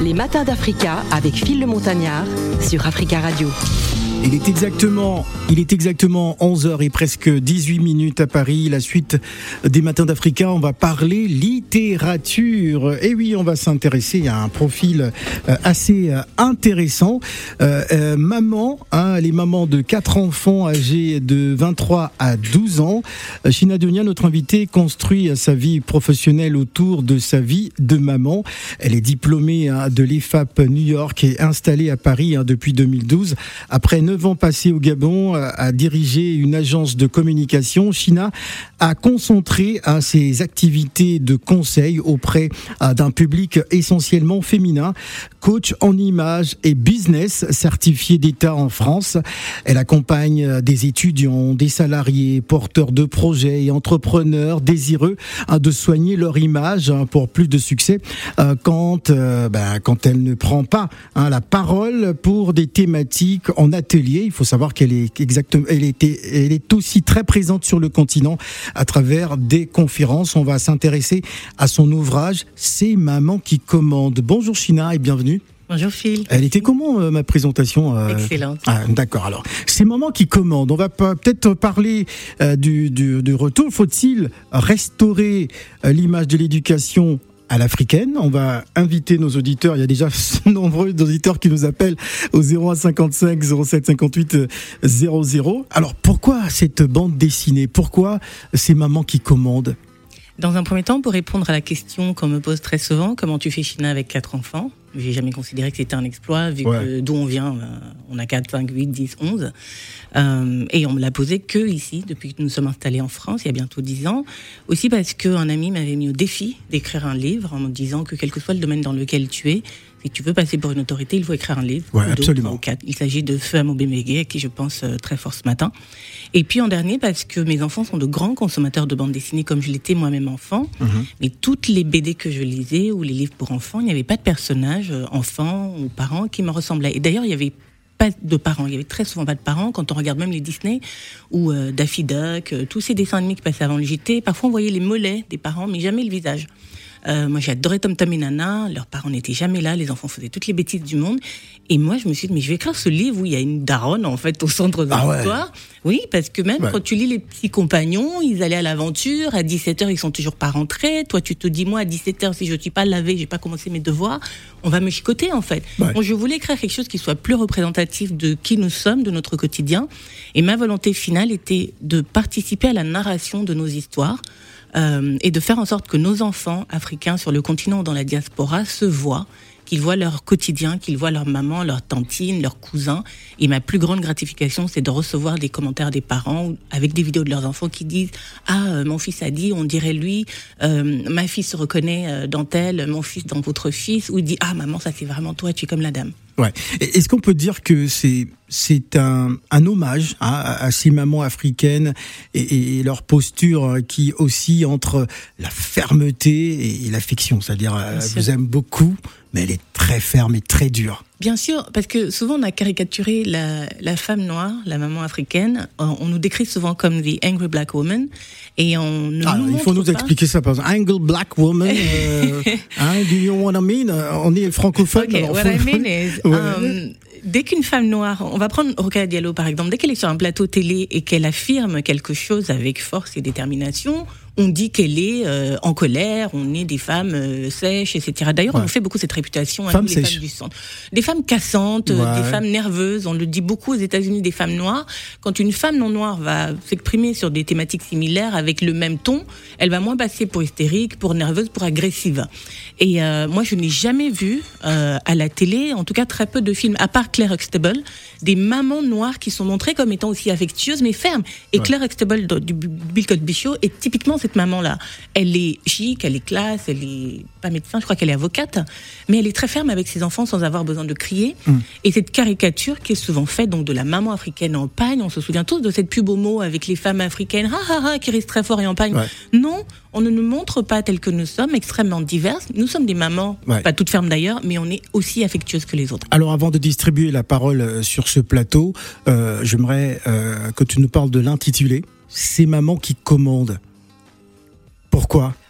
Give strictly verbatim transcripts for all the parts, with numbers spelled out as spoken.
Les matins d'Africa avec Phil le Montagnard sur Africa Radio. Il est exactement, il est exactement onze heures et presque dix-huit minutes à Paris. La suite des Matins d'Africa, on va parler littérature. Et oui, on va s'intéresser à un profil assez intéressant. Euh, euh, maman, hein, les mamans de quatre enfants âgés de vingt-trois à douze ans. China Dunia, notre invitée, construit sa vie professionnelle autour de sa vie de maman. Elle est diplômée hein, de l'E F A P New York et installée à Paris hein, depuis deux mille douze. Après neuf ans passés au Gabon à diriger une agence de communication, China a concentré hein, ses activités de conseil auprès hein, d'un public essentiellement féminin. Coach en images et business certifié d'État en France. Elle accompagne des étudiants, des salariés, porteurs de projets et entrepreneurs désireux hein, de soigner leur image hein, pour plus de succès euh, quand, euh, ben, quand elle ne prend pas hein, la parole pour des thématiques en atelier. Il faut savoir qu'elle est exactement, elle était, elle est aussi très présente sur le continent à travers des conférences. On va s'intéresser à son ouvrage C'est maman qui commande. Bonjour China et bienvenue. Bonjour Phil. Elle était comment euh, ma présentation euh... Excellente. Ah, d'accord. Alors, c'est maman qui commande. On va peut-être parler euh, du, du, du retour. Faut-il restaurer euh, l'image de l'éducation à l'africaine? On va inviter nos auditeurs. Il y a déjà nombreux auditeurs qui nous appellent au zéro un cinquante-cinq zéro sept cinquante-huit zéro zéro. Alors pourquoi cette bande dessinée? Pourquoi ces mamans qui commandent? Dans un premier temps, pour répondre à la question qu'on me pose très souvent, comment tu fais China avec quatre enfants? J'ai jamais considéré que c'était un exploit, vu ouais. que d'où on vient, on a quatre, cinq, huit, dix, onze. Euh, et on me l'a posé que ici, depuis que nous sommes installés en France, il y a bientôt dix ans. Aussi parce qu'un ami m'avait mis au défi d'écrire un livre en me disant que quel que soit le domaine dans lequel tu es, si tu veux passer pour une autorité, il faut écrire un livre. Ouais, absolument. Deux, trois, quatre. Il s'agit de Feu Amobémégué, à qui je pense très fort ce matin. Et puis en dernier, parce que mes enfants sont de grands consommateurs de bandes dessinées, comme je l'étais moi-même enfant. Mm-hmm. Mais toutes les B D que je lisais, ou les livres pour enfants, il n'y avait pas de personnages, enfants ou parents, qui me ressemblaient. Et d'ailleurs, il y avait pas de parents, il y avait très souvent pas de parents. Quand on regarde même les Disney ou euh, Daffy Duck, euh, tous ces dessins animés qui passaient avant le J T, parfois on voyait les mollets des parents, mais jamais le visage. Euh, moi, j'adorais Tom Tom et Nana. Leurs parents n'étaient jamais là. Les enfants faisaient toutes les bêtises du monde. Et moi, je me suis dit, mais je vais écrire ce livre où il y a une daronne, en fait, au centre de ah l'histoire. Ouais. Oui, parce que même ouais. quand tu lis Les Petits Compagnons, ils allaient à l'aventure. À dix-sept heures, ils sont toujours pas rentrés. Toi, tu te dis, moi, à dix-sept heures, si je ne suis pas lavé, j'ai pas commencé mes devoirs, on va me chicoter, en fait. Ouais. Donc, je voulais écrire quelque chose qui soit plus représentatif de qui nous sommes, de notre quotidien. Et ma volonté finale était de participer à la narration de nos histoires. Euh, et de faire en sorte que nos enfants africains sur le continent ou dans la diaspora se voient, qu'ils voient leur quotidien, qu'ils voient leur maman, leur tantine, leurs cousins. Et ma plus grande gratification, c'est de recevoir des commentaires des parents avec des vidéos de leurs enfants qui disent « Ah, euh, mon fils a dit, on dirait lui, euh, ma fille se reconnaît dans tel, mon fils dans votre fils. » Ou il dit « Ah, maman, ça c'est vraiment toi, tu es comme la dame. » Ouais. Est-ce qu'on peut dire que c'est c'est un un hommage hein, à ces mamans africaines et, et leur posture qui oscille entre la fermeté et l'affection, c'est-à-dire elle vous aime beaucoup, mais elle est très ferme et très dure. Bien sûr, parce que souvent on a caricaturé la, la femme noire, la maman africaine. On, on nous décrit souvent comme the angry black woman, et on ne ah, nous il faut nous pas... expliquer ça, par exemple. Angry black woman. euh, hein, do you want to mean? On est francophone. Okay, alors, what faut... I mean is, ouais. um, dès qu'une femme noire, on va prendre Rokhaya Diallo par exemple, dès qu'elle est sur un plateau télé et qu'elle affirme quelque chose avec force et détermination, on dit qu'elle est euh, en colère, on est des femmes euh, sèches, et cetera. D'ailleurs, ouais. on fait beaucoup cette réputation, hein, nous, les femmes du centre. Des femmes cassantes, ouais. des femmes nerveuses, on le dit beaucoup aux États-Unis, des femmes noires. Quand une femme non noire va s'exprimer sur des thématiques similaires avec le même ton, elle va moins passer pour hystérique, pour nerveuse, pour agressive. Et euh, moi, je n'ai jamais vu euh, à la télé, en tout cas très peu de films, à part Claire Huxtable, des mamans noires qui sont montrées comme étant aussi affectueuses mais fermes. Et ouais. Claire Huxtable du Bill Cosby Show est typiquement cette maman-là. Elle est chic, elle est classe, elle est pas médecin, je crois qu'elle est avocate, mais elle est très ferme avec ses enfants sans avoir besoin de crier. Mm. Et cette caricature qui est souvent faite donc de la maman africaine en pagne, on se souvient tous de cette pub homo avec les femmes africaines ha, ha, ha, qui risent très fort et en pagne. Ouais. Non, on ne nous montre pas telles que nous sommes, extrêmement diverses. Nous sommes des mamans, ouais. pas toutes fermes d'ailleurs, mais on est aussi affectueuses que les autres. Alors avant de distribuer la parole sur ce plateau, euh, j'aimerais euh, que tu nous parles de l'intitulé « C'est maman qui commande ». Pourquoi ?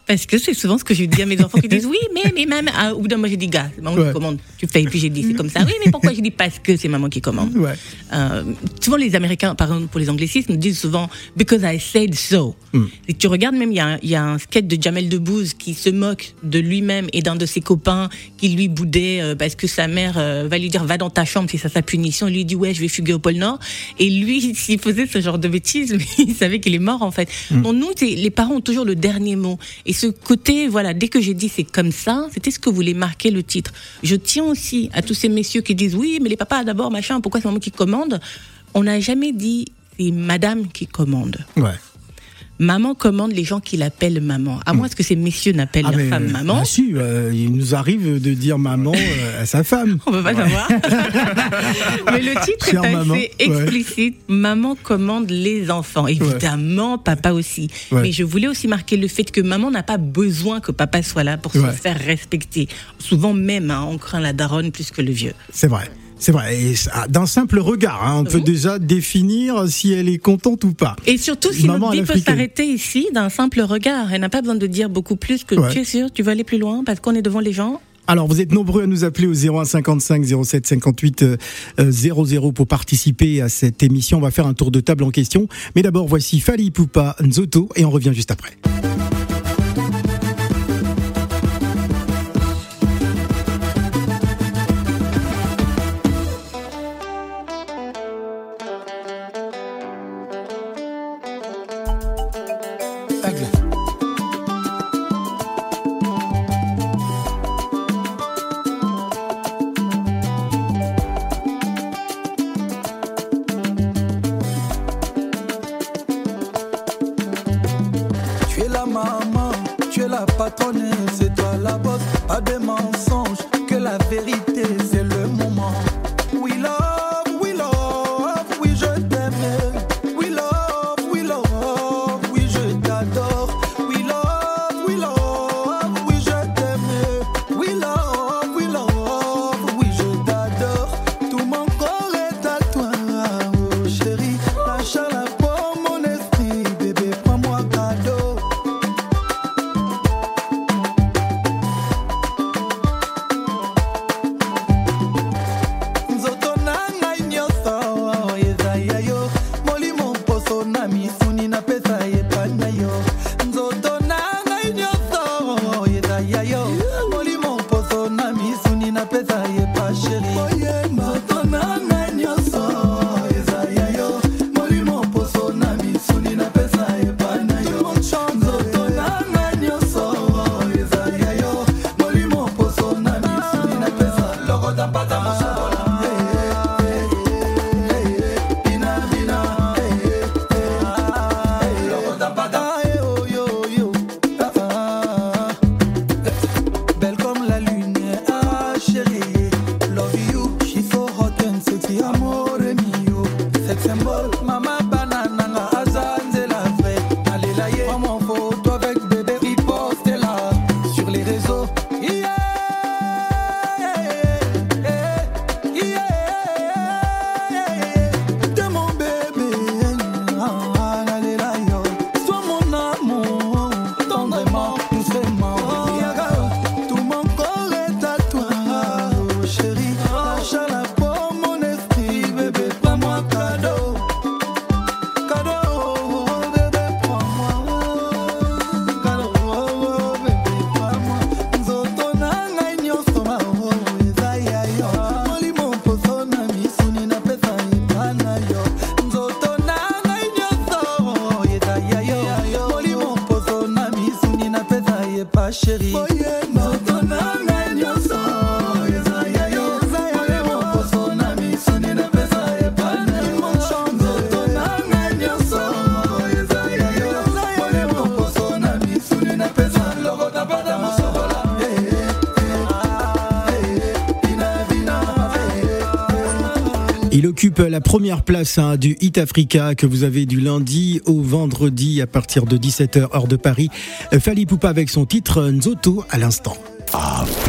Parce que c'est souvent ce que je dis à mes enfants qui disent oui, mais, mais maman. Ah, au bout d'un moment, j'ai dit gars, c'est maman ouais. qui commande. Tu fais, et puis j'ai dit c'est comme ça. Oui, mais pourquoi? J'ai dit parce que c'est maman qui commande. Ouais. Euh, souvent, les Américains, par exemple, pour les anglicismes, nous disent souvent because I said so. Mm. Et tu regardes même, il y a, y a un sketch de Jamel Debbouze qui se moque de lui-même et d'un de ses copains qui lui boudait euh, parce que sa mère euh, va lui dire va dans ta chambre, c'est ça sa punition. Lui il dit ouais, je vais fuguer au pôle Nord. Et lui, s'il faisait ce genre de bêtises, il savait qu'il est mort en fait. Mm. Pour nous, les parents ont toujours le dernier mot. Et ce côté, voilà, dès que j'ai dit c'est comme ça, c'était ce que voulait marquer le titre. Je tiens aussi à tous ces messieurs qui disent oui, mais les papas d'abord, machin, pourquoi c'est maman qui commande? On n'a jamais dit c'est madame qui commande. Ouais. Maman commande les gens qui l'appellent maman. À moins que ces messieurs n'appellent ah leur femme maman. Ah si, euh, il nous arrive de dire maman euh, à sa femme. On peut pas ouais. savoir. Mais le titre Chère est assez maman. explicite. Ouais. Maman commande les enfants. Évidemment, ouais. papa aussi. Ouais. Mais je voulais aussi marquer le fait que maman n'a pas besoin que papa soit là pour ouais. se faire respecter. Souvent même, hein, on craint la daronne plus que le vieux. C'est vrai. C'est vrai, et d'un simple regard, hein, on peut mmh. déjà définir si elle est contente ou pas. Et surtout, si notre vie peut s'arrêter ici, d'un simple regard. Elle n'a pas besoin de dire beaucoup plus que ouais. tu es sûr, tu veux aller plus loin parce qu'on est devant les gens. Alors, vous êtes nombreux à nous appeler au zéro un cinquante-cinq zéro sept cinquante-huit zéro zéro pour participer à cette émission. On va faire un tour de table en question. Mais d'abord, voici Fally Ipupa Nzoto et on revient juste après. Patronne, c'est toi la boss, pas de mensonge, que la vérité c'est le moment. We love, we love, oui je t'aime. We love, we love, oui je t'adore. We love, we love, oui je t'aime. We love, we love, oui je t'adore. Tout mon corps est à toi, oh chérie. Lâche la peau, mon esprit, bébé, prends-moi cadeau. Chérie, il occupe la première place hein, du Hit Africa que vous avez du lundi au vendredi à partir de dix-sept heures heure de Paris. Fally Ipupa avec son titre Nzoto à l'instant. Africa.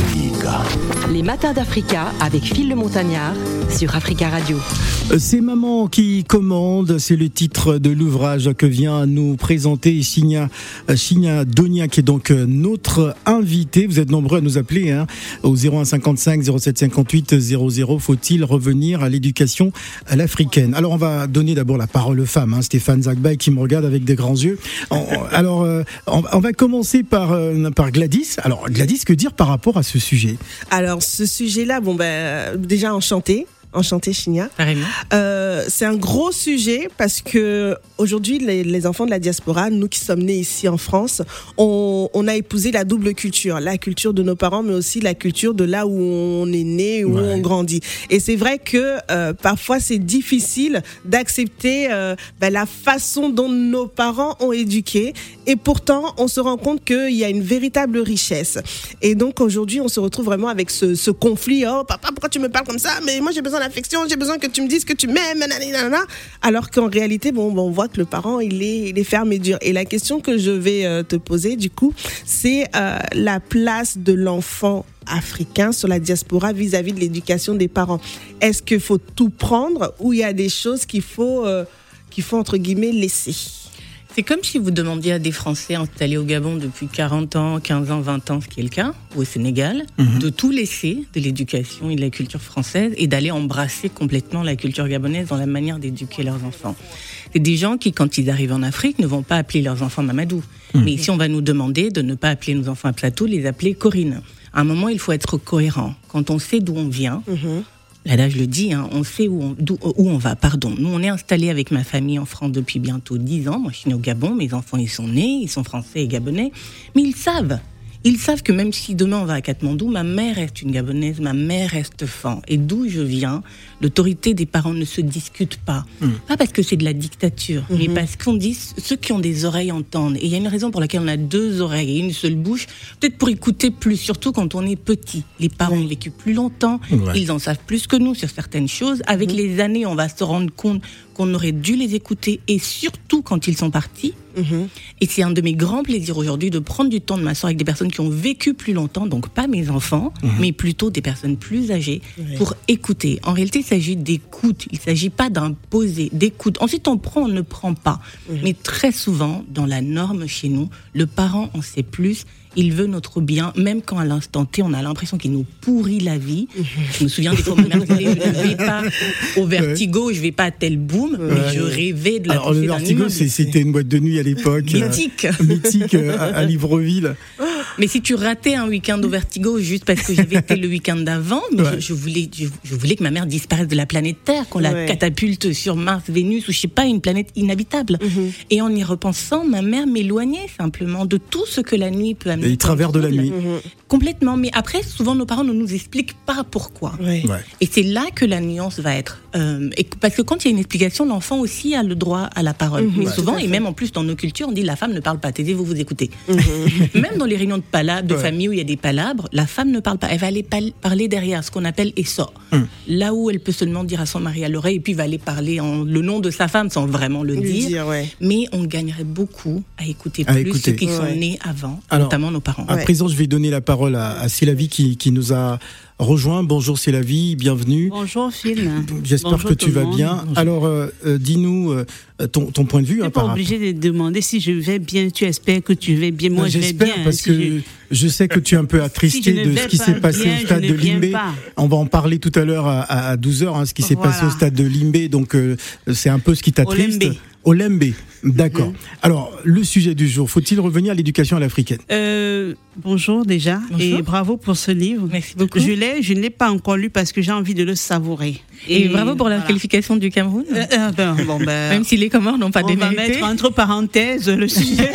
Africa. Les matins d'Africa avec Phil le Montagnard sur Africa Radio. C'est Maman qui commande, c'est le titre de l'ouvrage que vient nous présenter Chinia, Chinia Donia, qui est donc notre invité. Vous êtes nombreux à nous appeler hein, au zéro un cinquante-cinq zéro sept cinquante-huit zéro zéro. Faut-il revenir à l'éducation à l'africaine? Alors on va donner d'abord la parole aux femmes. Hein, Stéphane Zagbay qui me regarde avec des grands yeux. On, alors euh, on, on va commencer par, euh, par Gladys. Alors Gladys, que dire par rapport à ce sujet? Alors ce sujet-là, bon ben déjà enchanté. Enchanté, Chinia. Euh, c'est un gros sujet parce que aujourd'hui, les, les enfants de la diaspora, nous qui sommes nés ici en France, on, on a épousé la double culture, la culture de nos parents, mais aussi la culture de là où on est né, où ouais. on grandit. Et c'est vrai que euh, parfois c'est difficile d'accepter euh, ben, la façon dont nos parents ont éduqué. Et pourtant, on se rend compte qu'il y a une véritable richesse. Et donc aujourd'hui, on se retrouve vraiment avec ce, ce conflit. Oh, papa, pourquoi tu me parles comme ça? Mais moi, j'ai besoin d'affection, j'ai besoin que tu me dises que tu m'aimes, nanana. Alors qu'en réalité, bon, bon, on voit que le parent, il est, il est ferme et dur. Et la question que je vais euh, te poser, du coup, c'est euh, la place de l'enfant africain sur la diaspora vis-à-vis de l'éducation des parents. Est-ce qu'il faut tout prendre ou il y a des choses qu'il faut, euh, qu'il faut entre guillemets, laisser? C'est comme si vous demandiez à des Français installés au Gabon depuis quarante ans, quinze ans, vingt ans, ce qui est le cas, ou au Sénégal, mmh. de tout laisser de l'éducation et de la culture française et d'aller embrasser complètement la culture gabonaise dans la manière d'éduquer leurs enfants. C'est des gens qui, quand ils arrivent en Afrique, ne vont pas appeler leurs enfants Mamadou. Mmh. Mais ici, on va nous demander de ne pas appeler nos enfants Absatou, les appeler Corinne. À un moment, il faut être cohérent. Quand on sait d'où on vient... Mmh. L'adage le dit, hein, on sait où on, où on va. Pardon. Nous, on est installés avec ma famille en France depuis bientôt dix ans. Moi, je suis née au Gabon. Mes enfants, ils sont nés. Ils sont français et gabonais. Mais ils savent. Ils savent que même si demain on va à Katmandou, ma mère reste une Gabonaise, ma mère reste fan. Et d'où je viens, l'autorité des parents ne se discute pas. Mmh. Pas parce que c'est de la dictature, mmh. mais parce qu'on dit ceux qui ont des oreilles entendent. Et il y a une raison pour laquelle on a deux oreilles et une seule bouche, peut-être pour écouter plus, surtout quand on est petit. Les parents mmh. ont vécu plus longtemps, ouais. ils en savent plus que nous sur certaines choses. Avec mmh. les années, on va se rendre compte qu'on aurait dû les écouter, et surtout quand ils sont partis. Mmh. Et c'est un de mes grands plaisirs aujourd'hui de prendre du temps de m'asseoir avec des personnes qui ont vécu plus longtemps, donc pas mes enfants, mmh. mais plutôt des personnes plus âgées, oui. pour écouter. En réalité, il s'agit d'écoute, il ne s'agit pas d'imposer, d'écoute. Ensuite, on prend, on ne prend pas. Mmh. Mais très souvent, dans la norme chez nous, le parent en sait plus. Il veut notre bien, même quand à l'instant T, on a l'impression qu'il nous pourrit la vie. Mmh. Je me souviens des fois, ma mère disait, je ne vais pas au Vertigo, ouais. je ne vais pas à tel boom, ouais. mais je rêvais de la Alors, le Vertigo, c'est, c'était une boîte de nuit à l'époque. Mythique. Euh, mythique euh, à, à Libreville. Mais si tu ratais un week-end au Vertigo juste parce que j'avais été le week-end d'avant, mais ouais. je, je, voulais, je, je voulais que ma mère disparaisse de la planète Terre, qu'on ouais. la catapulte sur Mars, Vénus, ou je sais pas, une planète inhabitable. Mmh. Et en y repensant, ma mère m'éloignait simplement de tout ce que la nuit peut amener. Et travers de la nuit. Mmh. Complètement. Mais après, souvent, nos parents ne nous expliquent pas pourquoi. Ouais. Ouais. Et c'est là que la nuance va être. Euh, et parce que quand il y a une explication, l'enfant aussi a le droit à la parole. Mmh. Mais ouais. souvent, et même en plus dans nos cultures, on dit la femme ne parle pas, taisez-vous, vous écoutez. Mmh. Même dans les réunions de palabres, de ouais. famille où il y a des palabres, la femme ne parle pas. Elle va aller pal- parler derrière, ce qu'on appelle essor. Mmh. Là où elle peut seulement dire à son mari à l'oreille, et puis va aller parler en le nom de sa femme sans vraiment le, le dire. dire ouais. Mais on gagnerait beaucoup à écouter à plus écouter. Ceux qui ouais. sont nés avant, Alors, notamment nos parents. À ouais. présent, je vais donner la parole à, à Célavie qui, qui nous a rejoint. Bonjour Célavie, bienvenue. Bonjour Phil. J'espère Bonjour que tu vas bien. Bonjour. Alors, euh, euh, dis-nous euh, ton, ton point de vue. Tu n'es hein, pas obligé de demander si je vais bien. Tu espères que tu vas bien. Moi, euh, je vais bien. Parce si que je... je sais que tu es un peu attristé si de ce qui s'est passé bien, au stade de Limbé. On va en parler tout à l'heure à, à douze heures, hein, ce qui s'est voilà. passé au stade de Limbé. Donc, euh, c'est un peu ce qui t'attriste. Au Lembe, d'accord. Mm-hmm. Alors, le sujet du jour, faut-il revenir à l'éducation à l'africaine ? euh, Bonjour déjà, bonjour. Et bravo pour ce livre. Merci beaucoup. Je l'ai, je ne l'ai pas encore lu parce que j'ai envie de le savourer. Et, et bravo pour la voilà. qualification du Cameroun. Euh, euh, ben, bon, ben, Même si les Comores n'ont pas démérité. On va mettre entre parenthèses le sujet.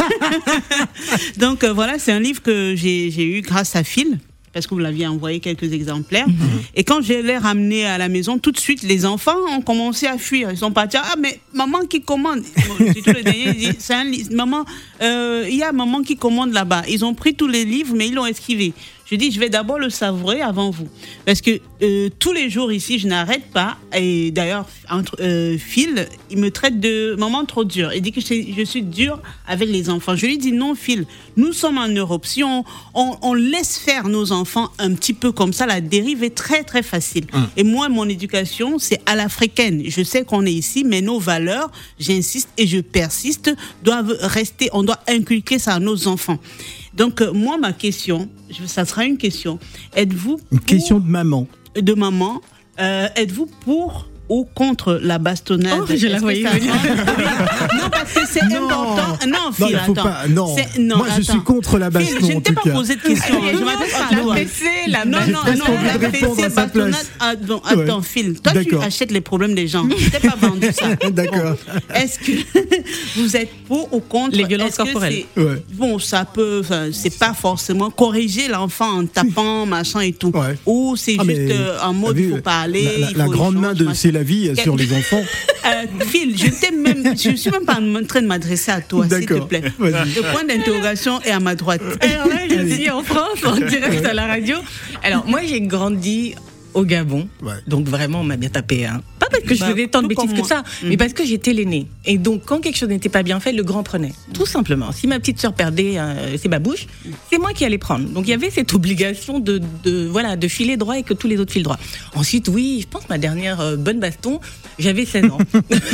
Donc euh, voilà, c'est un livre que j'ai, j'ai eu grâce à Phil. Parce que vous l'aviez envoyé quelques exemplaires. Mmh. Et quand je l'ai ramené à la maison, tout de suite, les enfants ont commencé à fuir. Ils sont partis. Ah, mais maman qui commande. C'est tout le dernier. Dit, c'est un li- maman, il euh, y a maman qui commande là-bas. Ils ont pris tous les livres, mais ils l'ont esquivé. Je dis, je vais d'abord le savourer avant vous. Parce que euh, tous les jours ici, je n'arrête pas. Et d'ailleurs, entre euh, Phil, il me traite de maman trop dure. Il dit que je, je suis dure avec les enfants. Je lui dis, non, Phil, nous sommes en Europe. Si on, on, on laisse faire nos enfants un petit peu comme ça, la dérive est très, très facile. Hum. Et moi, mon éducation, c'est à l'africaine. Je sais qu'on est ici, mais nos valeurs, j'insiste et je persiste, doivent rester, on doit inculquer ça à nos enfants. Donc, euh, moi, ma question, ça sera une question. Êtes-vous pour, une question de maman. De maman. Euh, êtes-vous pour ou contre la bastonnade? Oh, je la voyais venir. Non, parce que c'est non. important. Non, Phil, non, attends. Pas, non. non, moi, attends. je suis contre la baston. Phil, je ne t'ai pas cas. posé de question. Je m'adresse à toi. La P C, la non, non, non, la P C, bastonnade. Ah, bon, attends, ouais. Phil, toi, D'accord. tu achètes les problèmes des gens. Je t'ai pas vendu ça. D'accord. Bon. Est-ce que vous êtes pour ou contre les violences corporelles? Ouais. Bon, ça peut, enfin, c'est pas forcément corriger l'enfant en tapant, machin et tout. Ouais. Ou c'est ah, juste en mode, il faut parler. La, la, la grande main de C'est la vie sur les enfants. Euh, Phil, je t'ai même, je suis même pas en train de m'adresser à toi, s'il te plaît. Vas-y. Le point d'interrogation est à ma droite. Alors là, je suis en France, en direct à la radio. Alors moi, j'ai grandi au Gabon, ouais. donc vraiment, on m'a bien tapé. Hein. Pas parce que je bah, faisais tant de bêtises que ça, mmh. mais parce que j'étais l'aîné. Et donc, quand quelque chose n'était pas bien fait, le grand prenait. Mmh. Tout simplement. Si ma petite sœur perdait euh, ses babouches, mmh. c'est moi qui allais prendre. Donc, il y avait cette obligation de, de, voilà, de filer droit et que tous les autres filent droit. Ensuite, oui, je pense ma dernière euh, bonne baston, j'avais seize ans.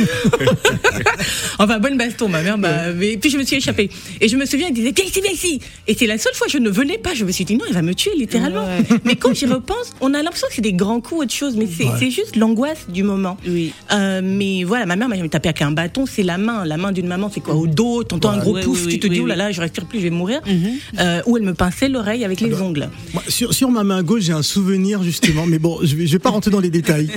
Enfin, bonne baston, ma mère m'a... Ouais. Et puis, je me suis échappée. Et je me souviens, elle disait, viens ici, viens ici. Et c'est la seule fois que je ne venais pas. Je me suis dit, non, elle va me tuer, littéralement. Ouais. Mais quand j'y repense, on a l'impression que c'est des grands coups, autre chose, mais c'est, ouais. c'est juste l'angoisse du moment. Oui. Euh, mais voilà, ma mère m'a jamais tapé avec un bâton, c'est la main. La main d'une maman, c'est quoi? Au dos, t'entends ouais, un gros ouais, pouf, oui, tu te oui, dis, oui. oh là là, je respire plus, je vais mourir. Mm-hmm. Euh, ou elle me pinçait l'oreille avec les Alors, ongles. Moi, sur, sur ma main gauche, j'ai un souvenir, justement, mais bon, je vais, je vais pas rentrer dans les détails.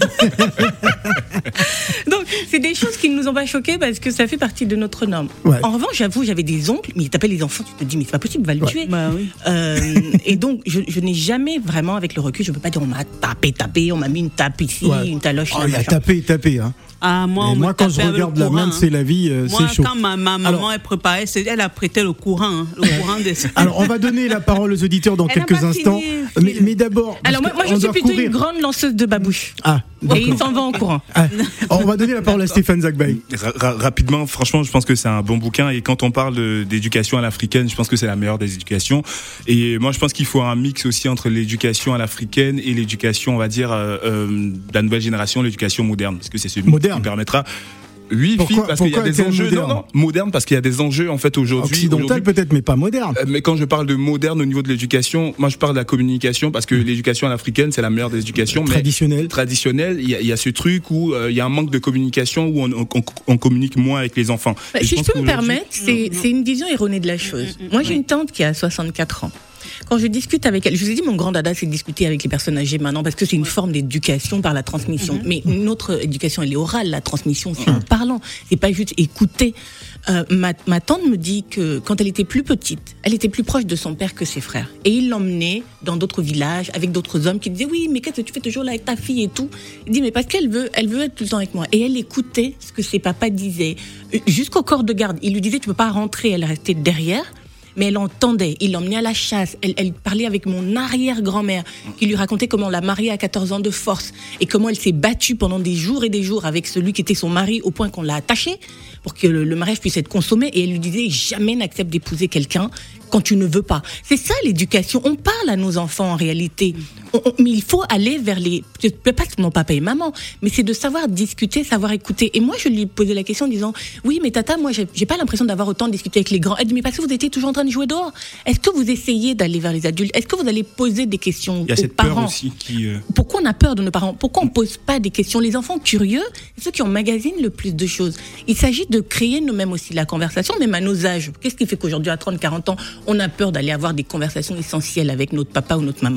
Donc, c'est des choses qui ne nous ont pas choqués parce que ça fait partie de notre norme. Ouais. En revanche, j'avoue, j'avais des oncles, mais ils tapaient les enfants, tu te dis, mais c'est pas possible, va le ouais. tuer. Bah, oui. euh, et donc, je, je n'ai jamais vraiment, avec le recul, je peux pas dire, on m'a tapé, tapé, on m'a mis une tape ici, ouais. une taloche là. Oh, il a tapé, tapé, hein. Ah, moi, on moi quand je regarde la main de C'est la vie, euh, moi, c'est chaud. Moi, quand ma, ma maman Alors, elle préparait, elle a prêté le courant. Hein, le courant des... Alors, on va donner la parole aux auditeurs dans elle quelques instants. Fini, mais, mais d'abord. Alors, moi, moi je suis plutôt courir. une grande lanceuse de babouche. Ah, d'accord. Et il s'en va en courant. Ah. Alors, on va donner la parole à Stéphane Zagbaï. Ra- rapidement, franchement, je pense que c'est un bon bouquin. Et quand on parle d'éducation à l'africaine, je pense que c'est la meilleure des éducations. Et moi, je pense qu'il faut un mix aussi entre l'éducation à l'africaine et l'éducation, on va dire, euh, euh, de la nouvelle génération, l'éducation moderne. Parce que c'est ce moderne qui permettra. Oui, pourquoi, parce qu'il y a des enjeux. Moderne non, non, moderne parce qu'il y a des enjeux en fait aujourd'hui. Occidental aujourd'hui, peut-être, mais pas moderne. Mais quand je parle de moderne au niveau de l'éducation, moi je parle de la communication parce que mmh. l'éducation à l'africaine c'est la meilleure des éducations. Traditionnelle. Traditionnelle. Il y, y a ce truc où euh, il y a un manque de communication où on, on, on communique moins avec les enfants. Bah, si je, je peux me permettre, c'est, c'est une vision erronée de la chose. Mmh, mmh, moi j'ai oui. une tante qui a soixante-quatre ans. Quand je discute avec elle, je vous ai dit, mon grand dada, c'est de discuter avec les personnes âgées maintenant, parce que c'est une forme d'éducation par la transmission. Mm-hmm. Mais notre éducation, elle est orale, la transmission, c'est mm-hmm. en parlant. C'est pas juste écouter. Euh, ma, ma tante me dit que quand elle était plus petite, elle était plus proche de son père que ses frères. Et il l'emmenait dans d'autres villages, avec d'autres hommes qui disaient, oui, mais qu'est-ce que tu fais toujours là avec ta fille et tout? Il dit, mais parce qu'elle veut, elle veut être tout le temps avec moi. Et elle écoutait ce que ses papas disaient. Jusqu'au corps de garde. Il lui disait, tu peux pas rentrer, elle restait derrière. Mais elle entendait, il l'emmenait à la chasse, elle, elle parlait avec mon arrière-grand-mère qui lui racontait comment on l'a mariée à quatorze ans de force et comment elle s'est battue pendant des jours et des jours avec celui qui était son mari au point qu'on l'a attaché pour que le, le mariage puisse être consommé et elle lui disait jamais n'accepte d'épouser quelqu'un quand tu ne veux pas. C'est ça l'éducation, on parle à nos enfants en réalité, on, on, mais il faut aller vers les, pas seulement papa et maman, mais c'est de savoir discuter, savoir écouter. Et moi je lui posais la question en disant, oui mais tata, moi j'ai, j'ai pas l'impression d'avoir autant discuté avec les grands. Elle dit, mais parce que vous étiez toujours en train de jouer dehors. Est-ce que vous essayez d'aller vers les adultes? Est-ce que vous allez poser des questions aux parents? Il y a cette peur aussi qui... Euh... Pourquoi on a peur de nos parents? Pourquoi on pose pas des questions? Les enfants curieux, c'est ceux qui emmagasinent le plus de choses. Il s'agit de créer nous-mêmes aussi la conversation, même à nos âges. Qu'est-ce qui fait qu'aujourd'hui, à trente, quarante ans, on a peur d'aller avoir des conversations essentielles avec notre papa ou notre maman?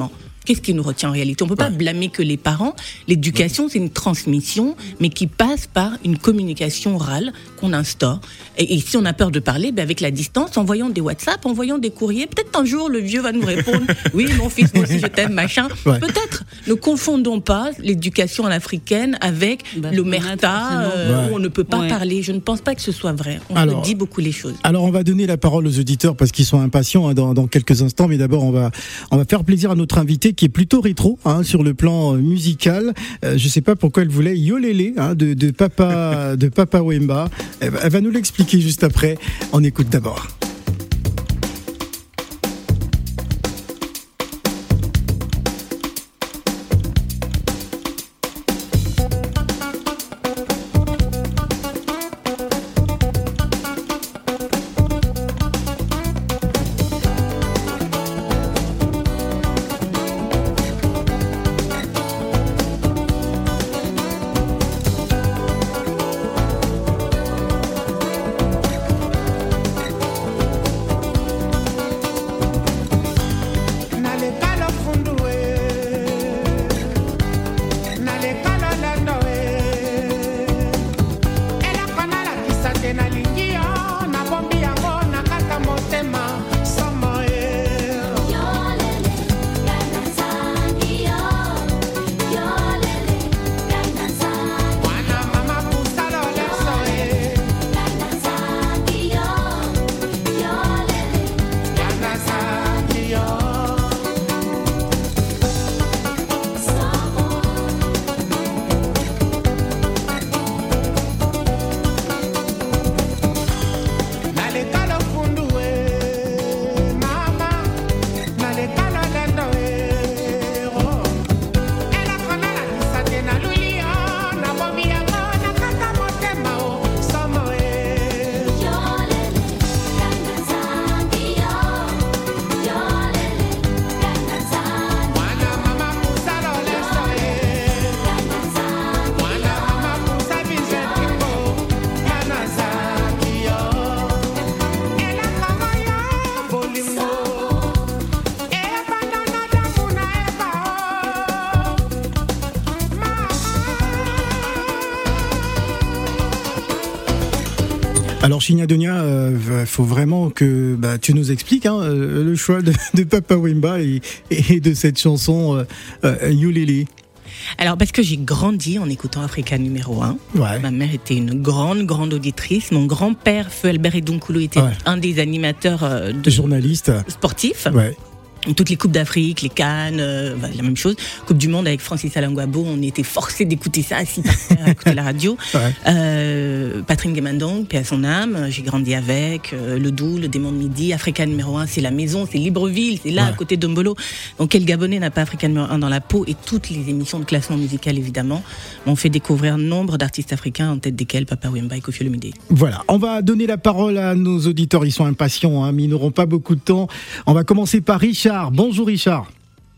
qu'est-ce qui nous retient en réalité? On peut pas ouais. blâmer que les parents. L'éducation, c'est une transmission, mais qui passe par une communication orale qu'on instaure. Et, et si on a peur de parler, ben avec la distance, envoyons des WhatsApp, envoyons des courriers. Peut-être un jour, le vieux va nous répondre « Oui, mon fils, moi aussi, je t'aime, machin. Ouais. » Peut-être. Ne confondons pas l'éducation à l'africaine avec bah, l'omerta, euh, ouais. où on ne peut pas ouais. parler. Je ne pense pas que ce soit vrai. On alors, se dit beaucoup les choses. Alors, on va donner la parole aux auditeurs parce qu'ils sont impatients hein, dans, dans quelques instants. Mais d'abord, on va, on va faire plaisir à notre invité qui est plutôt rétro hein, sur le plan euh, musical. Euh, je ne sais pas pourquoi elle voulait Yolélé hein, de, de Papa, de Papa Wemba. Elle, elle va nous l'expliquer juste après. On écoute d'abord. Alors Chinia Donia, il euh, faut vraiment que bah, tu nous expliques hein, le choix de, de Papa Wemba et, et de cette chanson euh, euh, Yolélé. Alors parce que j'ai grandi en écoutant Africa numéro un. Ouais. Ma mère était une grande, grande auditrice. Mon grand-père, Feu Albert Edounkoulo, était ouais. un des animateurs euh, de journalistes sportifs. Ouais. Toutes les coupes d'Afrique, les Cannes, euh, la même chose. Coupe du Monde avec Francis Alangwabo, on était forcés d'écouter ça, assis par terre, à écouter la radio. Ouais. Euh, Patrick Guémandong, paix à son âme, j'ai grandi avec. Euh, le Doux, le Démon de Midi, Africa numéro un, c'est la maison, c'est Libreville, c'est là, ouais. à côté de Mbolo. Donc quel Gabonais n'a pas Africa numéro un dans la peau? Et toutes les émissions de classement musical, évidemment, m'ont fait découvrir nombre d'artistes africains, en tête desquels Papa Wemba et Koffi Olomide. Voilà, on va donner la parole à nos auditeurs, ils sont impatients, hein, mais ils n'auront pas beaucoup de temps. On va commencer par Richard. Bonjour Richard.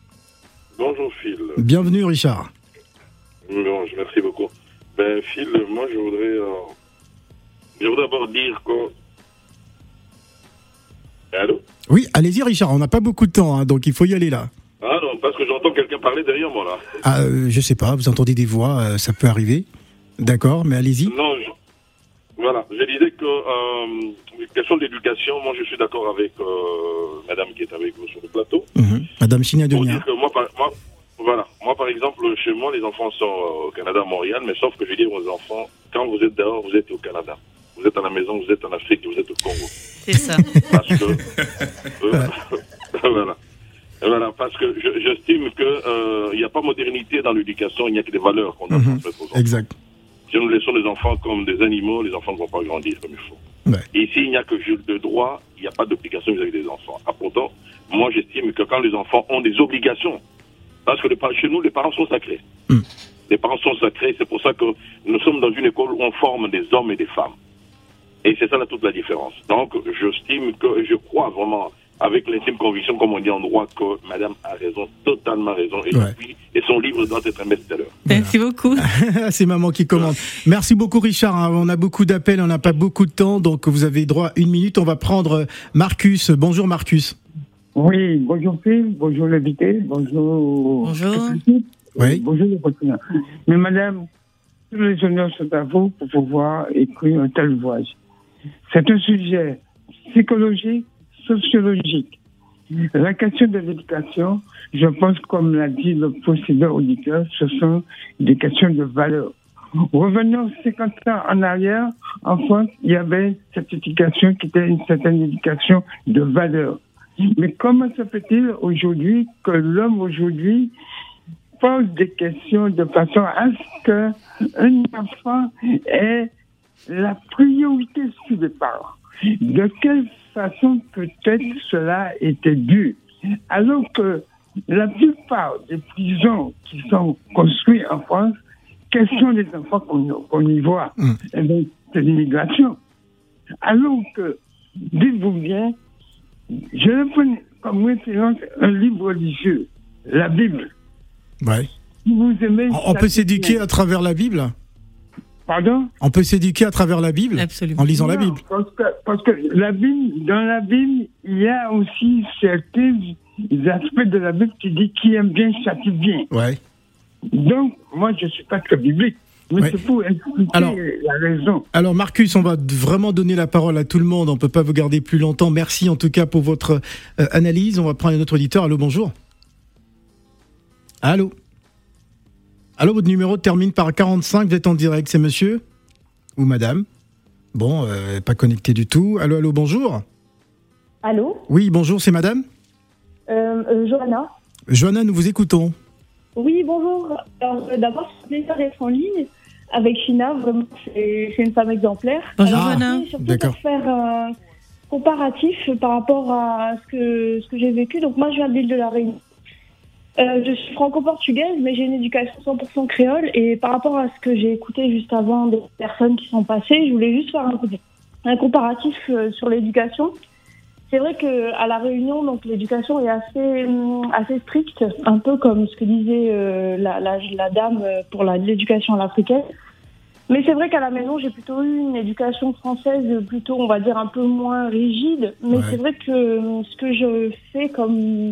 Bonjour Phil. Bienvenue Richard. Bon, merci beaucoup. Ben Phil, moi je voudrais, euh, je voudrais d'abord dire que... Allô? Oui, allez-y Richard, on n'a pas beaucoup de temps, hein, donc il faut y aller là. Ah non, parce que j'entends quelqu'un parler derrière moi là. Ah, euh, je sais pas, vous entendez des voix, euh, ça peut arriver. D'accord, mais allez-y. Non, je... voilà, je disais que... Euh... question d'éducation, moi je suis d'accord avec euh, madame qui est avec vous sur le plateau. Mmh. Madame Chinia Donia. Pour dire que moi, par, moi, voilà, moi par exemple, chez moi, les enfants sont euh, au Canada, à Montréal, mais sauf que je dis aux enfants, quand vous êtes dehors, vous êtes au Canada. Vous êtes à la maison, vous êtes en Afrique, vous êtes au Congo. C'est ça. Parce que, euh, voilà. Voilà, parce que je, j'estime qu'il n'y euh, a pas modernité dans l'éducation, il n'y a que des valeurs qu'on doit mmh. transmettre aux enfants. Exact. Si nous laissons les enfants comme des animaux, les enfants ne vont pas grandir comme il faut. Ouais. Et ici, il n'y a que de droit, il n'y a pas d'obligation vis-à-vis des enfants. Ah, pourtant, moi, j'estime que quand les enfants ont des obligations, parce que les, chez nous, les parents sont sacrés. Mm. Les parents sont sacrés, c'est pour ça que nous sommes dans une école où on forme des hommes et des femmes. Et c'est ça là, toute la différence. Donc, j'estime que, je crois vraiment, avec l'intime conviction, comme on dit en droit, que madame a raison, totalement raison. Et, ouais. puis, et son livre doit être un best-seller. Merci voilà. beaucoup. C'est maman qui commande. Merci beaucoup Richard. On a beaucoup d'appels, on n'a pas beaucoup de temps, donc vous avez droit à une minute. On va prendre Marcus. Bonjour Marcus. Oui, bonjour Phil, bonjour l'invité, bonjour. Bonjour. Oui. Bonjour le président. Mais madame, tous les honneurs sont à vous pour pouvoir écrire un tel ouvrage. C'est un sujet psychologique, sociologique. La question de l'éducation, je pense, comme l'a dit le précédent auditeur, ce sont des questions de valeur. Revenons cinquante ans en arrière, en France, il y avait cette éducation qui était une certaine éducation de valeur. Mais comment se fait-il aujourd'hui que l'homme aujourd'hui pose des questions de façon à ce qu'un enfant ait la priorité sur les parents? De quelle façon peut-être cela était dû? Alors que la plupart des prisons qui sont construites en France, quels sont les enfants qu'on, qu'on y voit? Mmh. Eh bien, c'est l'immigration. Alors que, dites-vous bien, je le prends comme référence un livre religieux, la Bible. Ouais. Si vous aimez, on peut s'éduquer à travers la Bible? Pardon? On peut s'éduquer à travers la Bible? Absolument. En lisant non, la Bible? Parce que, parce que la Bible, dans la Bible, il y a aussi certains aspects de la Bible qui disent qui aime bien châtie bien. Ouais. Donc, moi, je ne suis pas très biblique. Mais ouais. C'est pour expliquer alors, la raison. Alors, Marcus, on va vraiment donner la parole à tout le monde. On ne peut pas vous garder plus longtemps. Merci en tout cas pour votre euh, analyse. On va prendre un autre auditeur. Allô, bonjour. Allô. Allô, votre numéro termine par quarante-cinq. Vous êtes en direct. C'est monsieur ou madame? Bon, euh, pas connecté du tout. Allô, allô, bonjour. Allô. Oui, bonjour, c'est madame euh, euh, Johanna. Johanna, nous vous écoutons. Oui, bonjour. Alors, euh, d'abord, c'est un plaisir d'être en ligne avec China. Vraiment, c'est, c'est une femme exemplaire. Bonjour, Johanna. Surtout D'accord. Pour faire un comparatif par rapport à ce que, ce que j'ai vécu. Donc, moi, je viens de l'île de la Réunion. Euh, je suis franco-portugaise, mais j'ai une éducation cent pour cent créole. Et par rapport à ce que j'ai écouté juste avant des personnes qui sont passées, je voulais juste faire un, un comparatif euh, sur l'éducation. C'est vrai qu'à La Réunion, donc, l'éducation est assez, assez stricte, un peu comme ce que disait euh, la, la, la dame pour la, l'éducation à l'africaine. Mais c'est vrai qu'à la maison, j'ai plutôt eu une éducation française plutôt, on va dire, un peu moins rigide. Mais ouais. C'est vrai que ce que je fais comme,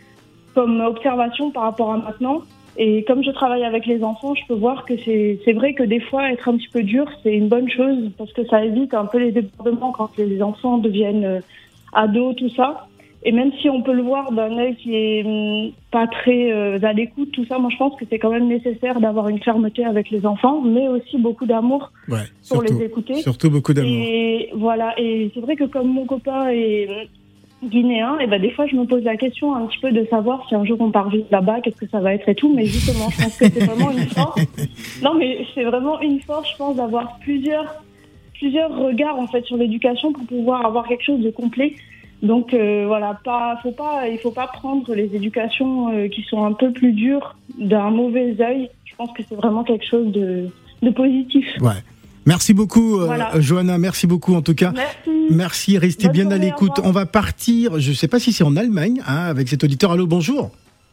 comme observation par rapport à maintenant, et comme je travaille avec les enfants, je peux voir que c'est, c'est vrai que des fois, être un petit peu dur, c'est une bonne chose, parce que ça évite un peu les débordements quand les enfants deviennent ados, tout ça. Et même si on peut le voir d'un œil qui est hum, pas très euh, à l'écoute, tout ça, moi je pense que c'est quand même nécessaire d'avoir une fermeté avec les enfants, mais aussi beaucoup d'amour ouais, pour surtout, les écouter. Surtout beaucoup d'amour. Et voilà, et c'est vrai que comme mon copain est guinéen, et ben des fois je me pose la question un petit peu de savoir si un jour on part vivre là-bas, qu'est-ce que ça va être et tout, mais justement, je pense que c'est vraiment une force. Non, mais c'est vraiment une force, je pense, d'avoir plusieurs, plusieurs regards en fait sur l'éducation pour pouvoir avoir quelque chose de complet. Donc euh, voilà, pas, faut pas, il faut pas prendre les éducations euh, qui sont un peu plus dures d'un mauvais œil. Je pense que c'est vraiment quelque chose de, de positif. Ouais. Merci beaucoup, euh, voilà. Johanna. Merci beaucoup en tout cas. Merci. Merci. Restez Bonne bien journée, à l'écoute. On va partir. Je ne sais pas si c'est en Allemagne, hein, avec cet auditeur. Allô, bonjour.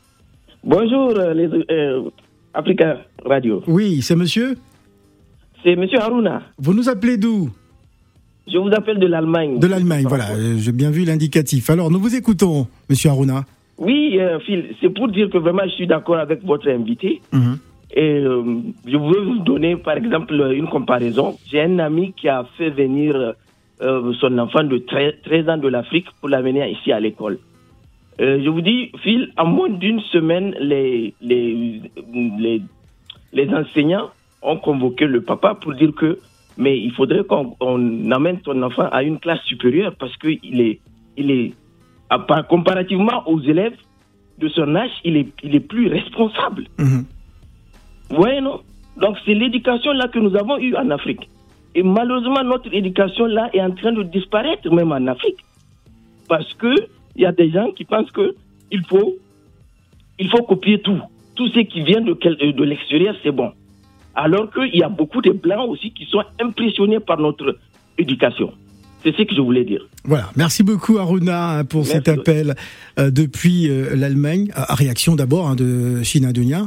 Bonjour, euh, les euh, Africa Radio. Oui, c'est monsieur. C'est monsieur Haruna. Vous nous appelez d'où? Je vous appelle de l'Allemagne. De l'Allemagne, voilà. Euh, j'ai bien vu l'indicatif. Alors, nous vous écoutons, monsieur Haruna. Oui, euh, Phil, c'est pour dire que vraiment, je suis d'accord avec votre invité. Mm-hmm. Et euh, je veux vous donner, par exemple, une comparaison. J'ai un ami qui a fait venir euh, son enfant de treize ans de l'Afrique pour l'amener ici à l'école. Euh, je vous dis, Phil, en moins d'une semaine, les, les, les, les enseignants ont convoqué le papa pour dire que mais il faudrait qu'on on amène ton enfant à une classe supérieure parce qu'il est, il est, à, comparativement aux élèves de son âge, il est, il est plus responsable. Mmh. Vous voyez, non? Donc, c'est l'éducation là que nous avons eue en Afrique. Et malheureusement, notre éducation là est en train de disparaître même en Afrique. Parce qu'il y a des gens qui pensent qu'il faut, il faut copier tout. Tout ce qui vient de, de l'extérieur, c'est bon. Alors qu'il y a beaucoup de Blancs aussi qui sont impressionnés par notre éducation. C'est ce que je voulais dire. Voilà, merci beaucoup Haruna pour merci cet appel euh, depuis euh, l'Allemagne. À réaction d'abord hein, de China Dunia.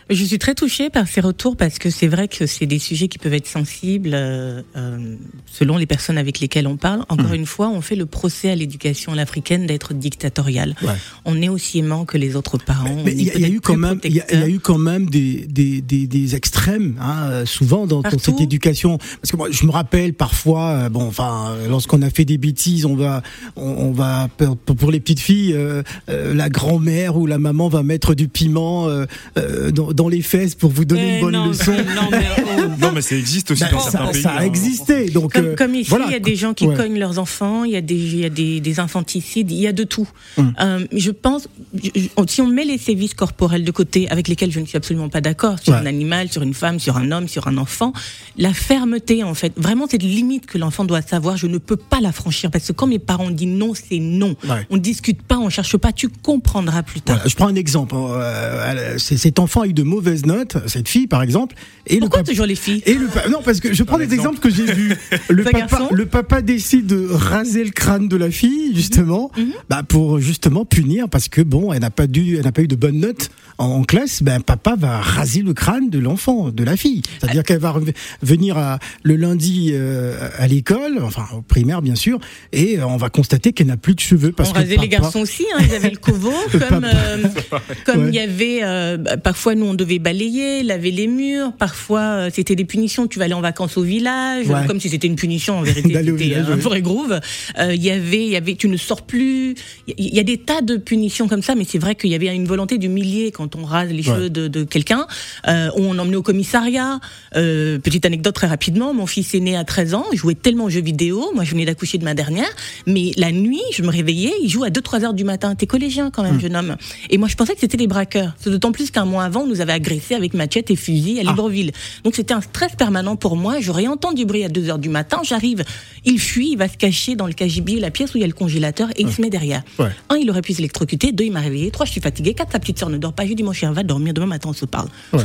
Je suis très touchée par ces retours parce que c'est vrai que c'est des sujets qui peuvent être sensibles euh, euh, selon les personnes avec lesquelles on parle. Encore mmh. une fois, on fait le procès à l'éducation africaine d'être dictatoriale. Ouais. On est aussi aimant que les autres parents. Mais il y, y a eu quand même, il y, y a eu quand même des des des, des extrêmes, hein, souvent dans, dans cette éducation. Parce que moi, je me rappelle parfois, bon, enfin, lorsqu'on a fait des bêtises, on va on, on va pour les petites filles, euh, euh, la grand-mère ou la maman va mettre du piment euh, euh, dans dans les fesses pour vous donner euh, une bonne non, leçon. Non mais, oh. non, mais ça existe aussi bah, dans ça, certains pays. Ça a existé. Donc, comme, euh, comme ici, voilà. il y a des gens qui ouais. cognent leurs enfants, il y a des, il y a des, des infanticides, il y a de tout. Hum. Euh, je pense, je, si on met les sévices corporels de côté, avec lesquels je ne suis absolument pas d'accord, sur ouais. un animal, sur une femme, sur un homme, sur un enfant, la fermeté, en fait, vraiment cette limite que l'enfant doit savoir, je ne peux pas la franchir, parce que quand mes parents disent non, c'est non. Ouais. On ne discute pas, on ne cherche pas, tu comprendras plus tard. Voilà, je prends un exemple. Euh, cet enfant a eu de mauvaises notes, cette fille par exemple. Et Pourquoi le papa, toujours les filles et le pa... Non, parce que je prends des exemples que j'ai vus. Le papa, le papa décide de raser le crâne de la fille, justement, mm-hmm. bah pour justement punir, parce que bon, elle n'a pas dû, elle n'a pas eu de bonnes notes en, en classe. Ben papa va raser le crâne de l'enfant, de la fille. C'est-à-dire qu'elle va re- venir à, le lundi euh, à l'école, enfin au primaire bien sûr, et euh, on va constater qu'elle n'a plus de cheveux. Parce on que rasait papa... les garçons aussi, hein, ils avaient le covo, comme euh, comme il ouais. y avait. Euh, parfois nous on devait balayer, laver les murs. Parfois euh, c'était des punitions. Tu vas aller en vacances au village, ouais. comme si c'était une punition en vérité. C'était village, un forêt groove. Il euh, y avait, il y avait, tu ne sors plus. Il y, y a des tas de punitions comme ça, mais c'est vrai qu'il y avait une volonté d'humilier quand on rase les ouais. cheveux de, de quelqu'un. Euh, on emmenait au commissariat. Euh, petite anecdote très rapidement. Mon fils est né à treize ans. Il jouait tellement aux jeux vidéo. Moi, je venais d'accoucher de ma dernière. Mais la nuit, je me réveillais. Il joue à deux trois heures du matin. T'es collégien quand même, mmh. jeune homme. Et moi, je pensais que c'était des braqueurs. C'est d'autant plus qu'un mois avant, on nous avait agressés avec machette et fusil à Libreville. Ah. Donc c'était un stress permanent pour moi. J'aurais entendu du bruit à deux heures du matin. J'arrive. Il fuit. Il va se cacher dans le cagibi, la pièce où il y a le congélateur, et ouais. il se met derrière. Ouais. Un, il aurait pu s'électrocuter. Deux, il m'a réveillé. Trois, je suis fatiguée. Quatre, sa petite sœur ne dort pas. Je lui dis, mon chien, va dormir. Demain matin, on se parle. Ouais.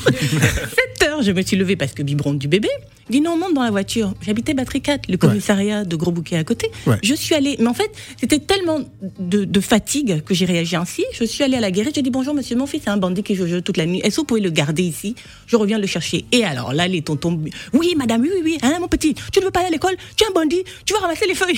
sept heures, je me suis levée parce que biberon du bébé. Il dit non, on monte dans la voiture. J'habitais Batterie quatre, le commissariat ouais. de Gros Bouquet à côté. Ouais. Je suis allée, mais en fait, c'était tellement de, de fatigue que j'ai réagi ainsi. Je suis allée à la guérite. J'ai dit bonjour monsieur, mon fils c'est un bandit qui joue au jeu toute la nuit. Est-ce que vous pouvez le garder ici? Je reviens le chercher. Et alors là, les tontons, oui madame, oui oui oui, hein, mon petit, tu ne veux pas aller à l'école? Tu es un bandit, tu vas ramasser les feuilles.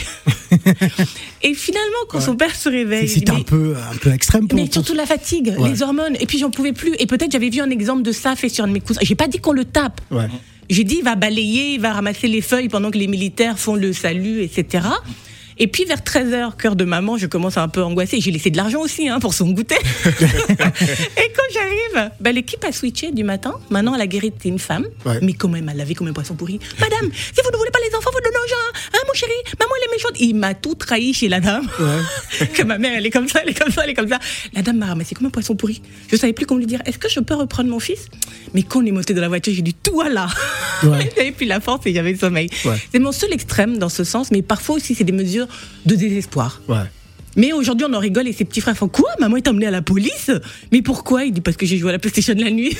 Et finalement, quand ouais. son père se réveille, c'était un peu un peu extrême pour. Mais surtout la fatigue, ouais. les hormones. Et puis j'en pouvais plus. Et peut-être j'avais vu un exemple de ça fait sur un de mes cousins. J'ai pas dit qu'on le tape. Ouais. J'ai dit, il va balayer, il va ramasser les feuilles pendant que les militaires font le salut, et cetera. Et puis vers treize heures, cœur de maman, je commence à un peu angoisser. J'ai laissé de l'argent aussi hein, pour son goûter. Et quand j'arrive, bah, l'équipe a switché du matin. Maintenant, à la guérite, c'est une femme. Ouais. Mais comment elle m'a lavé comme un poisson pourri. Madame, si vous ne voulez pas les enfants, vous donnez aux gens. Hein, mon chéri, maman, elle est méchante. Il m'a tout trahi chez la dame. Ouais. Que ma mère, elle est comme ça, elle est comme ça, elle est comme ça. La dame m'a ramassé comme un poisson pourri. Je ne savais plus comment lui dire. Est-ce que je peux reprendre mon fils? Mais quand on est monté dans la voiture, j'ai dit tout à là. Ouais. J'avais plus la force et j'avais le sommeil. Ouais. C'est mon seul extrême dans ce sens. Mais parfois aussi, c'est des mesures de désespoir. Ouais. Mais aujourd'hui, on en rigole et ses petits frères font quoi? Maman est emmenée à la police? Mais pourquoi? Il dit parce que j'ai joué à la PlayStation la nuit.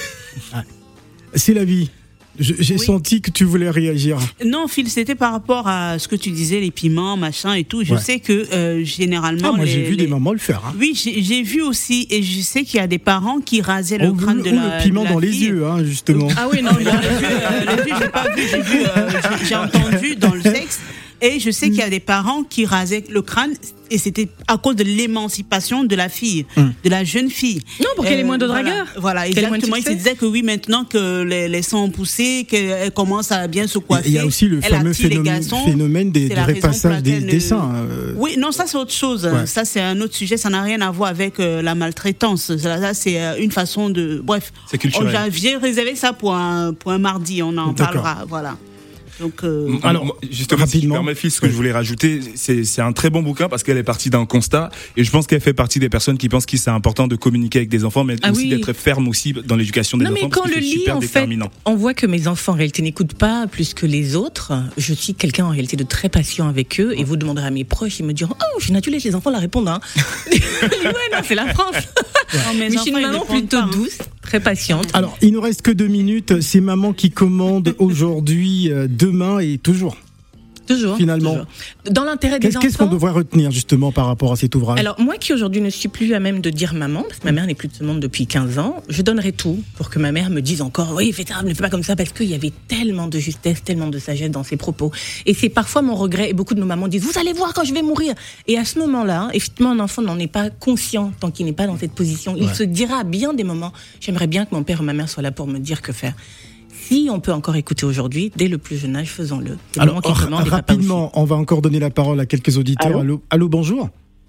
C'est la vie. Je, j'ai oui. senti que tu voulais réagir. Non, Phil, c'était par rapport à ce que tu disais, les piments, machin et tout. Je ouais. sais que euh, généralement. Ah, moi, les, j'ai vu les... des mamans le faire. Hein. Oui, j'ai, j'ai vu aussi, et je sais qu'il y a des parents qui rasaient le oh, crâne ou, de ou la. Le piment de la dans fille. les yeux, hein, justement. Ah oui, non, dans les yeux, euh, les yeux, j'ai pas vu, j'ai vu, euh, j'ai, j'ai entendu dans le sexe. Et je sais qu'il y a des parents qui rasaient le crâne, et c'était à cause de l'émancipation de la fille, mm. de la jeune fille. Non, pour qu'elle ait moins de dragueurs. Voilà, voilà exactement. Ils se disaient que oui, maintenant que les, les seins ont poussé, qu'elle commence à bien se coiffer. Il y a aussi le fameux phénomène, phénomène des, du repassage des, des seins. Euh... Oui, non, ça c'est autre chose. Ouais. Ça c'est un autre sujet, ça n'a rien à voir avec euh, la maltraitance. Ça, ça c'est euh, une façon de... Bref, c'est culturel. On, j'ai réservé ça pour un, pour un mardi, on en D'accord. parlera. Voilà. Donc, euh, alors, justement, si je permets, Phil, ce que oui. je voulais rajouter, c'est, c'est un très bon bouquin parce qu'elle est partie d'un constat et je pense qu'elle fait partie des personnes qui pensent que c'est important de communiquer avec des enfants, mais ah aussi oui. d'être ferme aussi dans l'éducation des non, enfants. Mais quand parce que le c'est lit, super en déterminant. fait, on voit que mes enfants en réalité n'écoutent pas plus que les autres. Je suis quelqu'un en réalité de très patient avec eux et vous demanderez à mes proches, ils me diront oh, je suis naturelle, les enfants la répondent. Hein. Ouais, non, c'est la France. Ouais. Non, mais je suis une maman plutôt pas, douce. Hein. Très patiente. Alors, il nous reste que deux minutes. C'est maman qui commande aujourd'hui, euh, demain et toujours. Toujours. Finalement. Toujours. Dans l'intérêt des qu'est-ce, enfants. Qu'est-ce qu'on devrait retenir justement par rapport à cet ouvrage ? Alors moi qui aujourd'hui ne suis plus à même de dire maman, parce que ma mère n'est plus de ce monde depuis quinze ans, je donnerais tout pour que ma mère me dise encore oui fais ça, ne fais pas comme ça, parce qu'il y avait tellement de justesse, tellement de sagesse dans ses propos. Et c'est parfois mon regret, et beaucoup de nos mamans disent vous allez voir quand je vais mourir. Et à ce moment-là, effectivement un enfant n'en est pas conscient tant qu'il n'est pas dans cette position. Il ouais. se dira à bien des moments j'aimerais bien que mon père ou ma mère soient là pour me dire que faire. Si on peut encore écouter aujourd'hui, dès le plus jeune âge, faisons-le. C'est Alors, qui demande, rapidement, on va encore donner la parole à quelques auditeurs. Allô, allô, allô bonjour.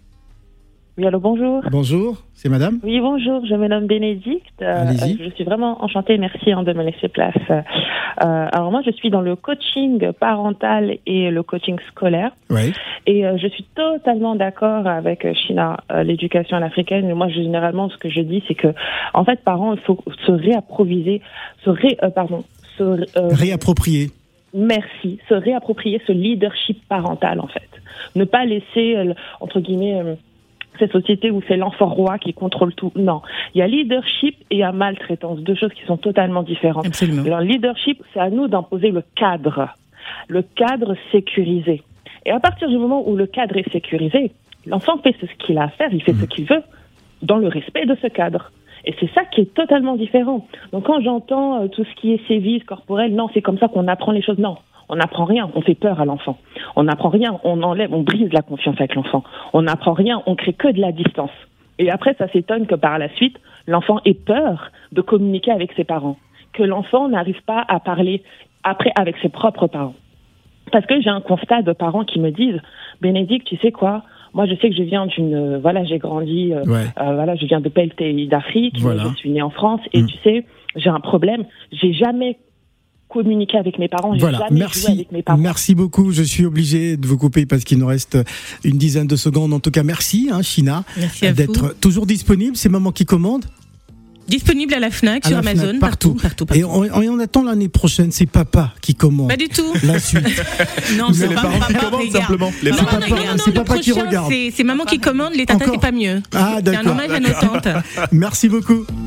Oui, allô, bonjour. Bonjour, c'est madame ? Oui, bonjour, je me nomme Bénédicte. Allez-y. Euh, je suis vraiment enchantée, merci hein, de me laisser place. Euh, alors moi, je suis dans le coaching parental et le coaching scolaire. Oui. Et euh, je suis totalement d'accord avec China, euh, l'éducation à l'africaine. Moi, généralement, ce que je dis, c'est que, en fait, parents, il faut se réapproviser, se ré, euh, pardon, se euh, réapproprier. Merci, se réapproprier ce leadership parental, en fait. Ne pas laisser, euh, entre guillemets, euh, cette société où c'est l'enfant roi qui contrôle tout. Non, il y a leadership et il y a maltraitance, deux choses qui sont totalement différentes. Absolument. Alors, leadership, c'est à nous d'imposer le cadre, le cadre sécurisé. Et à partir du moment où le cadre est sécurisé, l'enfant fait ce qu'il a à faire, il fait mmh. ce qu'il veut, dans le respect de ce cadre. Et c'est ça qui est totalement différent. Donc quand j'entends euh, tout ce qui est sévices corporels, non, c'est comme ça qu'on apprend les choses. Non, on n'apprend rien, on fait peur à l'enfant. On n'apprend rien, on enlève, on brise la confiance avec l'enfant. On n'apprend rien, on crée que de la distance. Et après, ça s'étonne que par la suite, l'enfant ait peur de communiquer avec ses parents. Que l'enfant n'arrive pas à parler après avec ses propres parents. Parce que j'ai un constat de parents qui me disent « Bénédicte, tu sais quoi ? Moi, je sais que je viens d'une... Euh, voilà, j'ai grandi... Euh, ouais. euh, voilà, je viens de tel pays d'Afrique. Voilà. Je suis née en France. Et mmh. tu sais, j'ai un problème. J'ai jamais communiqué avec mes parents. J'ai voilà. jamais Merci. joué avec mes parents. Merci beaucoup. Je suis obligé de vous couper parce qu'il nous reste une dizaine de secondes. En tout cas, merci, hein, China, merci d'être vous. toujours disponible. C'est maman qui commande. Disponible à la Fnac, à sur la Amazon, Fnac, partout. Partout, partout, partout. Et on, on attend l'année prochaine, c'est papa qui commande. Pas du tout. La suite. non, c'est les pas parents papa qui commandent simplement. Les non, papa, non, non, c'est non, papa qui regarde. C'est, c'est maman qui commande, les tatas c'est pas mieux. Ah, d'accord. C'est un hommage à nos tantes. Merci beaucoup.